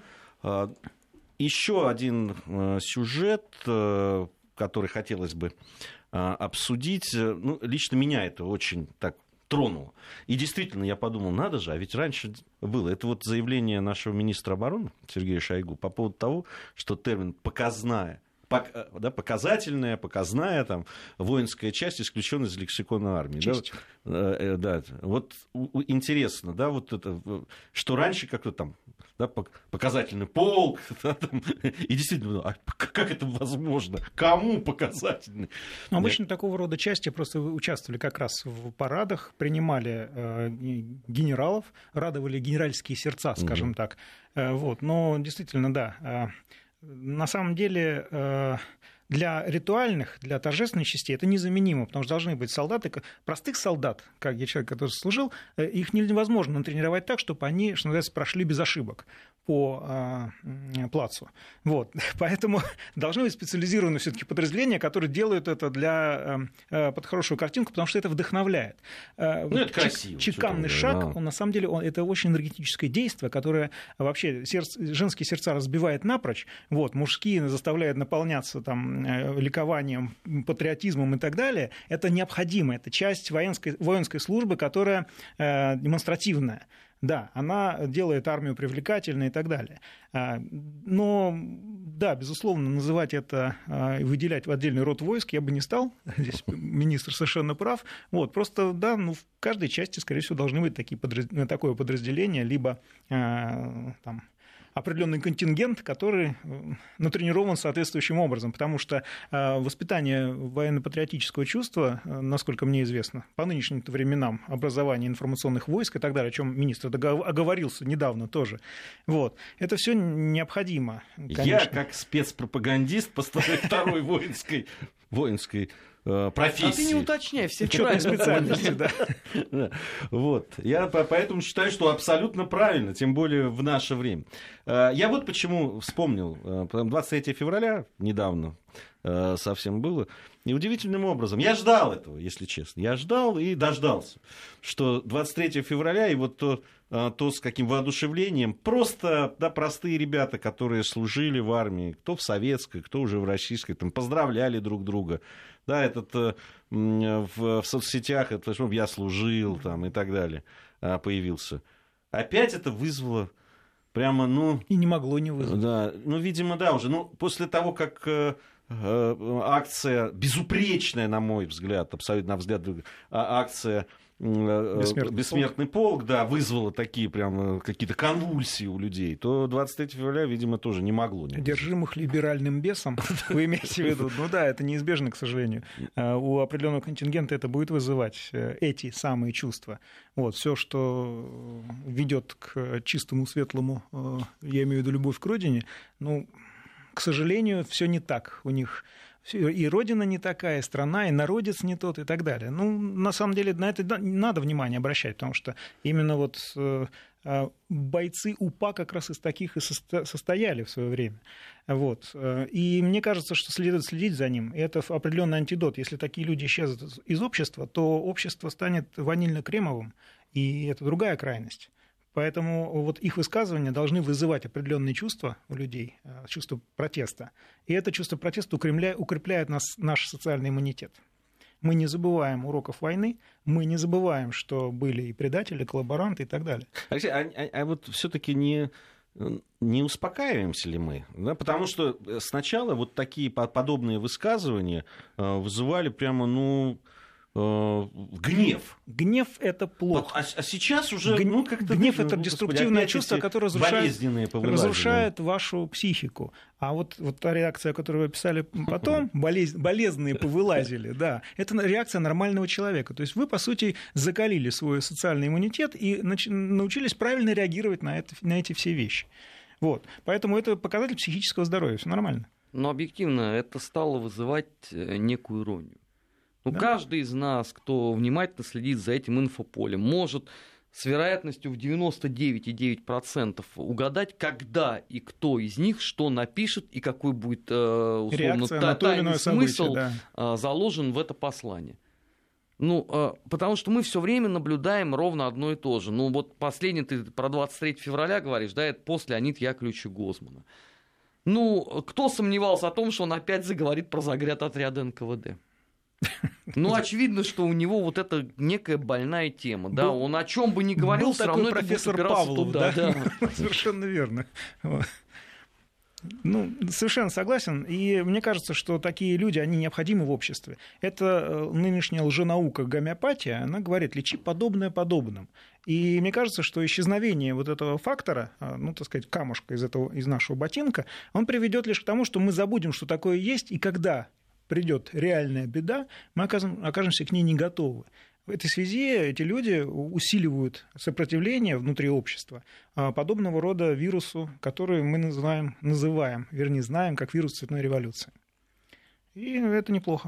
Еще один сюжет, который хотелось бы обсудить. Ну, лично меня это очень так тронуло. И действительно, я подумал, надо же, а ведь раньше было. Это вот заявление нашего министра обороны Сергея Шойгу по поводу того, что термин «показная», да, показательная, показная там, воинская часть исключена из лексикона армии. Да, да, вот интересно, да, вот это, что раньше как-то там, да, показательный полк, да, там, и действительно, а как это возможно? Кому показательный? Ну, обычно да. Такого рода части просто участвовали как раз в парадах, принимали э, генералов, радовали генеральские сердца, скажем угу. так. Э, вот. Но действительно, да, э, на самом деле... Э, Для ритуальных, для торжественных частей это незаменимо, потому что должны быть солдаты, простых солдат, как я человек, который служил, их невозможно натренировать так, чтобы они, что называется, прошли без ошибок по э, плацу. Вот. Поэтому должны быть специализированные все-таки подразделения, которые делают это для, э, под хорошую картинку, потому что это вдохновляет. Ну, это красиво. Чеканный шаг, да. Он, на самом деле, он, это очень энергетическое действие, которое вообще сердце, женские сердца разбивает напрочь, вот, мужские заставляет наполняться там, ликованием, патриотизмом и так далее. Это необходимо, это часть воинской, воинской службы, которая э, демонстративная. Да, она делает армию привлекательной и так далее. Но, да, безусловно, называть это и выделять в отдельный род войск я бы не стал. Здесь министр совершенно прав. Вот, просто, да, ну, в каждой части, скорее всего, должны быть такие подраз... такое подразделение, либо там, определенный контингент, который натренирован соответствующим образом, потому что воспитание военно-патриотического чувства, насколько мне известно, по нынешним временам образование информационных войск и так далее, о чем министр оговорился недавно тоже, вот, это все необходимо. Конечно. Я, как спецпропагандист по второй воинской воинской профессии. А ты не уточняй, все правильно специальности, да. да. Вот. Я поэтому считаю, что абсолютно правильно, тем более в наше время. Я вот почему вспомнил. двадцать третьего февраля недавно совсем было. И удивительным образом. Я ждал этого, если честно. Я ждал и дождался, что двадцать третьего февраля и вот то, то с каким воодушевлением просто, да, простые ребята, которые служили в армии, кто в советской, кто уже в российской, там, поздравляли друг друга. Да, этот в, в соцсетях, это, я служил там, и так далее, появился. Опять это вызвало прямо, ну... И не могло не вызвать. Да, ну, видимо, да, уже. Ну, после того, как акция, безупречная, на мой взгляд, абсолютно на взгляд, акция «Бессмертный, Бессмертный полк», полк, да, вызвала такие прям какие-то конвульсии у людей, то двадцать третьего февраля, видимо, тоже не могло. Не Одержимых либеральным бесом, вы имеете в виду? Ну да, это неизбежно, к сожалению. У определенного контингента это будет вызывать эти самые чувства. Вот, все, что ведет к чистому, светлому, я имею в виду любовь к родине, ну, к сожалению, все не так у них. И родина не такая, и страна, и народец не тот, и так далее. Ну, на самом деле, на это надо внимание обращать, потому что именно вот бойцы УПА как раз из таких и состояли в свое время. Вот. И мне кажется, что следует следить за ним. И это определенный антидот. Если такие люди исчезнут из общества, то общество станет ванильно-кремовым, и это другая крайность. Поэтому вот их высказывания должны вызывать определенные чувства у людей, чувство протеста. И это чувство протеста укрепляет, укрепляет нас, наш социальный иммунитет. Мы не забываем уроков войны, мы не забываем, что были и предатели, коллаборанты и так далее. Алексей, а, а, а вот все-таки не, не успокаиваемся ли мы? Да, потому что сначала вот такие подобные высказывания вызывали прямо, ну... гнев. Гнев — это плохо. А, а сейчас уже... Г... Ну, как-то, гнев — ну, это деструктивное чувство, которое разрушает, разрушает вашу психику. А вот, вот та реакция, которую вы описали потом, болезнь, болезненные повылазили, да, это реакция нормального человека. То есть вы, по сути, закалили свой социальный иммунитет и нач... научились правильно реагировать на, это, на эти все вещи. Вот. Поэтому это показатель психического здоровья, все нормально. Но объективно это стало вызывать некую иронию. Ну, да. Каждый из нас, кто внимательно следит за этим инфополем, может с вероятностью в девяносто девять целых девять десятых процента угадать, когда и кто из них что напишет и какой будет условно та, тайный смысл событие, да. заложен в это послание. Ну, потому что мы все время наблюдаем ровно одно и то же. Ну, вот последний ты про двадцать третьего февраля говоришь, да, это после Леонида Яковлевича Гозмана. Ну, кто сомневался о том, что он опять заговорит про заградотряд эн ка вэ дэ? Ну, очевидно, что у него вот это некая больная тема, да, был, он о чем бы ни говорил, все равно профессор это будет Павлов, туда, да? Да. Совершенно верно. Ну, совершенно согласен. И мне кажется, что такие люди, они необходимы в обществе. Это нынешняя лженаука гомеопатия, она говорит, лечи подобное подобным. И мне кажется, что исчезновение вот этого фактора, ну, так сказать, камушка из, этого, из нашего ботинка, он приведет лишь к тому, что мы забудем, что такое есть, и когда придет реальная беда, мы окажемся к ней не готовы. В этой связи эти люди усиливают сопротивление внутри общества подобного рода вирусу, который мы называем, называем, вернее, знаем, как вирус цветной революции. И это неплохо.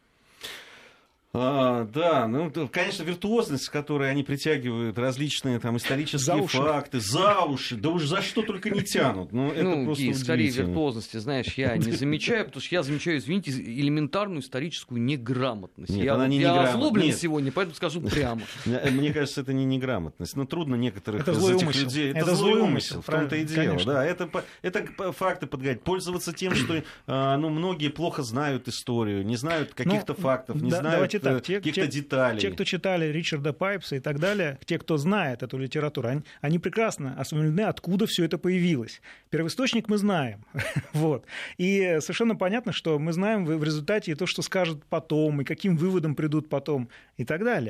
А, да, ну, конечно, виртуозность, с которой они притягивают различные там исторические за факты, за уши, да уж за что только не тянут. Ну, это ну просто Ки, скорее виртуозности, знаешь, я не замечаю, потому что я замечаю, извините, элементарную историческую неграмотность. Нет, я она не я неграмот... озлоблен Нет. сегодня, поэтому скажу прямо. Мне кажется, это не неграмотность. Но трудно некоторых это из злой этих умысел. людей... Это, это злой умысел, в том-то и дело. Да, это, это факты подгонять. Пользоваться тем, что ну, многие плохо знают историю, не знают каких-то ну, фактов, не да, знают так, каких-то те, деталей. Те, кто читали Ричарда Пайпса и так далее, те, кто знает эту литературу, они, они прекрасно осведомлены, откуда все это появилось. Первоисточник мы знаем. Вот. И совершенно понятно, что мы знаем в результате то, что скажут потом, и каким выводом придут потом, и так далее.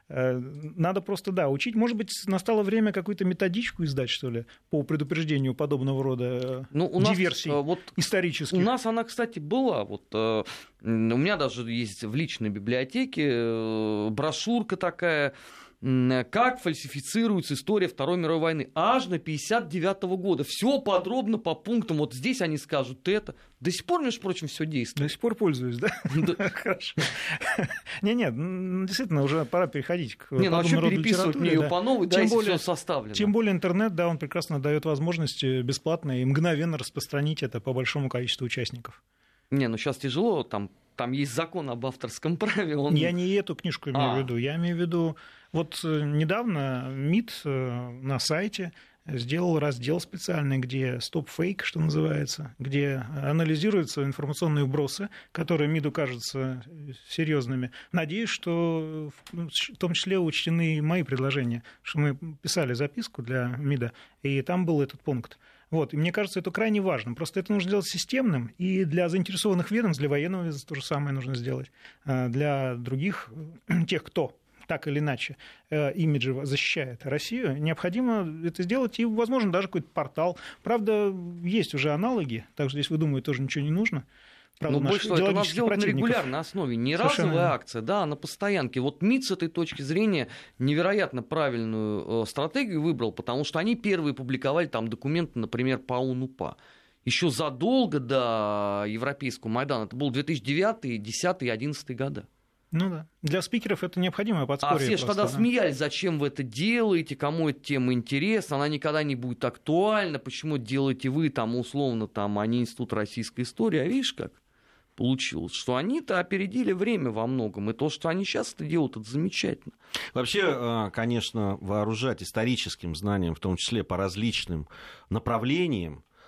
Надо просто, да, учить. Может быть, настало время какую-то методичку издать, что ли, по предупреждению подобного рода ну, у диверсий нас, вот, исторических. У нас она, кстати, была. Вот, у меня даже есть в личной библиотеке брошюрка такая, как фальсифицируется история Второй мировой войны, аж на пятьдесят девятого года. Все подробно по пунктам. Вот здесь они скажут это. До сих пор, между прочим, все действует. До сих пор пользуюсь, да? Хорошо. Не-нет, действительно, уже пора переходить к Не, ну а что переписывать мне ее по новой, да, если все составлено. Тем более интернет, да, он прекрасно дает возможность бесплатно и мгновенно распространить это по большому количеству участников. Не, ну сейчас тяжело, там Там есть закон об авторском праве. Он... Я не эту книжку имею а. в виду. Я имею в виду... Вот недавно МИД на сайте сделал раздел специальный, где стоп-фейк, что называется, где анализируются информационные вбросы, которые МИДу кажутся серьезными. Надеюсь, что в том числе учтены мои предложения, что мы писали записку для МИДа, и там был этот пункт. Вот. И мне кажется, это крайне важно. Просто это нужно сделать системным, и для заинтересованных ведомств, для военного ведомства то же самое нужно сделать. Для других, тех, кто так или иначе имиджево защищает Россию, необходимо это сделать, и, возможно, даже какой-то портал. Правда, есть уже аналоги, так что здесь, вы думаете, тоже ничего не нужно. Правда, ну, больше того, это у нас сделано на регулярной основе, не Совершенно разовая акция, да, а на постоянке. Вот МИД с этой точки зрения невероятно правильную э, стратегию выбрал, потому что они первые публиковали там документы, например, по ОУН-УПА. Еще задолго до Европейского Майдана, это был две тысячи девятый, две тысячи десятый, две тысячи одиннадцатый года. Ну да. Для спикеров это необходимое подспорье. А все же тогда да. смеялись, зачем вы это делаете, кому эта тема интересна, она никогда не будет актуальна, почему делаете вы, там, условно, там, а не Институт российской истории. А видишь как получилось, что они-то опередили время во многом, и то, что они сейчас это делают, это замечательно. Вообще, конечно, вооружать историческим знанием, в том числе по различным направлениям,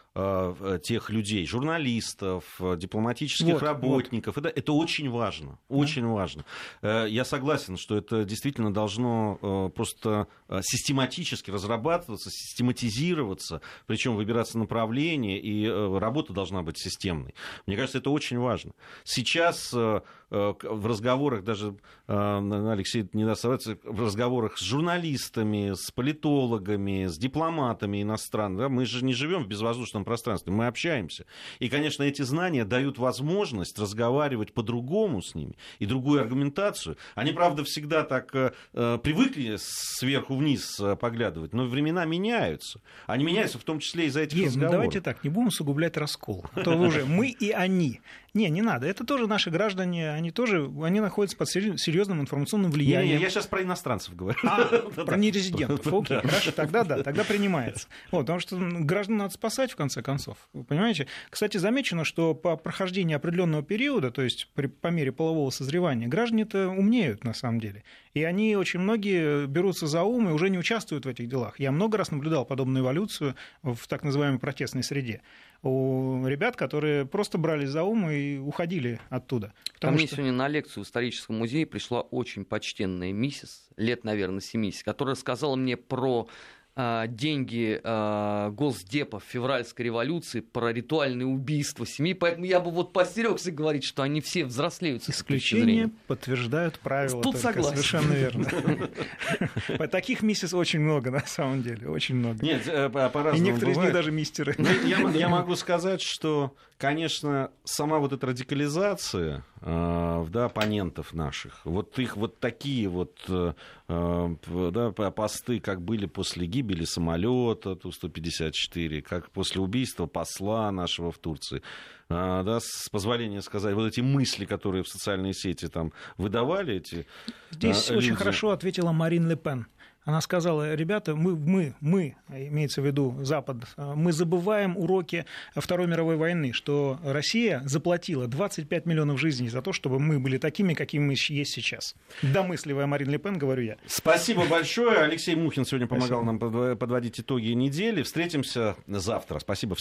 тех людей, журналистов, дипломатических вот, работников. Вот. Это, это очень важно, очень да. важно. Я согласен, что это действительно должно просто систематически разрабатываться, систематизироваться, причем выбираться направление, и работа должна быть системной. Мне кажется, это очень важно. Сейчас в разговорах, даже Алексей не даст совраться, в разговорах с журналистами, с политологами, с дипломатами иностранными, да, мы же не живем в безвоздушном пространстве, мы общаемся. И, конечно, эти знания дают возможность разговаривать по-другому с ними и другую аргументацию. Они, правда, всегда так э, привыкли сверху вниз поглядывать, но времена меняются. Они меняются в том числе из-за этих Есть, разговоров. Ну, давайте так, не будем усугублять раскол. А то уже мы и они. Не, не надо. Это тоже наши граждане, они тоже они находятся под серьезным информационным влиянием. Не, не, я сейчас про иностранцев говорю. А, про нерезидентов. Окей, хорошо, тогда да, тогда принимается. Вот, потому что граждан надо спасать, в конце концов. Вы понимаете? Кстати, замечено, что по прохождении определенного периода, то есть при, по мере полового созревания, граждане-то умнеют на самом деле. И они очень многие берутся за ум и уже не участвуют в этих делах. Я много раз наблюдал подобную эволюцию в так называемой протестной среде. У ребят, которые просто брались за ум и уходили оттуда. Ко мне что... сегодня на лекцию в историческом музее пришла очень почтенная миссис, лет, наверное, семьдесят, которая сказала мне про деньги э, Госдепа в февральской революции, про ритуальные убийства семьи, поэтому я бы вот постерегся говорить, что они все взрослеют. Исключения подтверждают правила. Тут согласен. Совершенно верно. Таких миссис очень много, на самом деле, очень много. Нет, по-разному и некоторые бывает. из них даже мистеры. Я могу сказать, что, конечно, сама вот эта радикализация да, оппонентов наших, вот их вот такие вот да, посты, как были после гибели самолета Ту сто пятьдесят четыре, как после убийства посла нашего в Турции, да, с позволения сказать, вот эти мысли, которые в социальные сети там выдавали эти Здесь люди. Очень хорошо ответила Марин Ле Пен. Она сказала: ребята, мы, мы, мы, имеется в виду Запад, мы забываем уроки Второй мировой войны, что Россия заплатила двадцать пять миллионов жизней за то, чтобы мы были такими, какими мы есть сейчас. Домысливая Марин Ле Пен, говорю я. Спасибо большое. Алексей Мухин сегодня помогал Спасибо. нам подводить итоги недели. Встретимся завтра. Спасибо.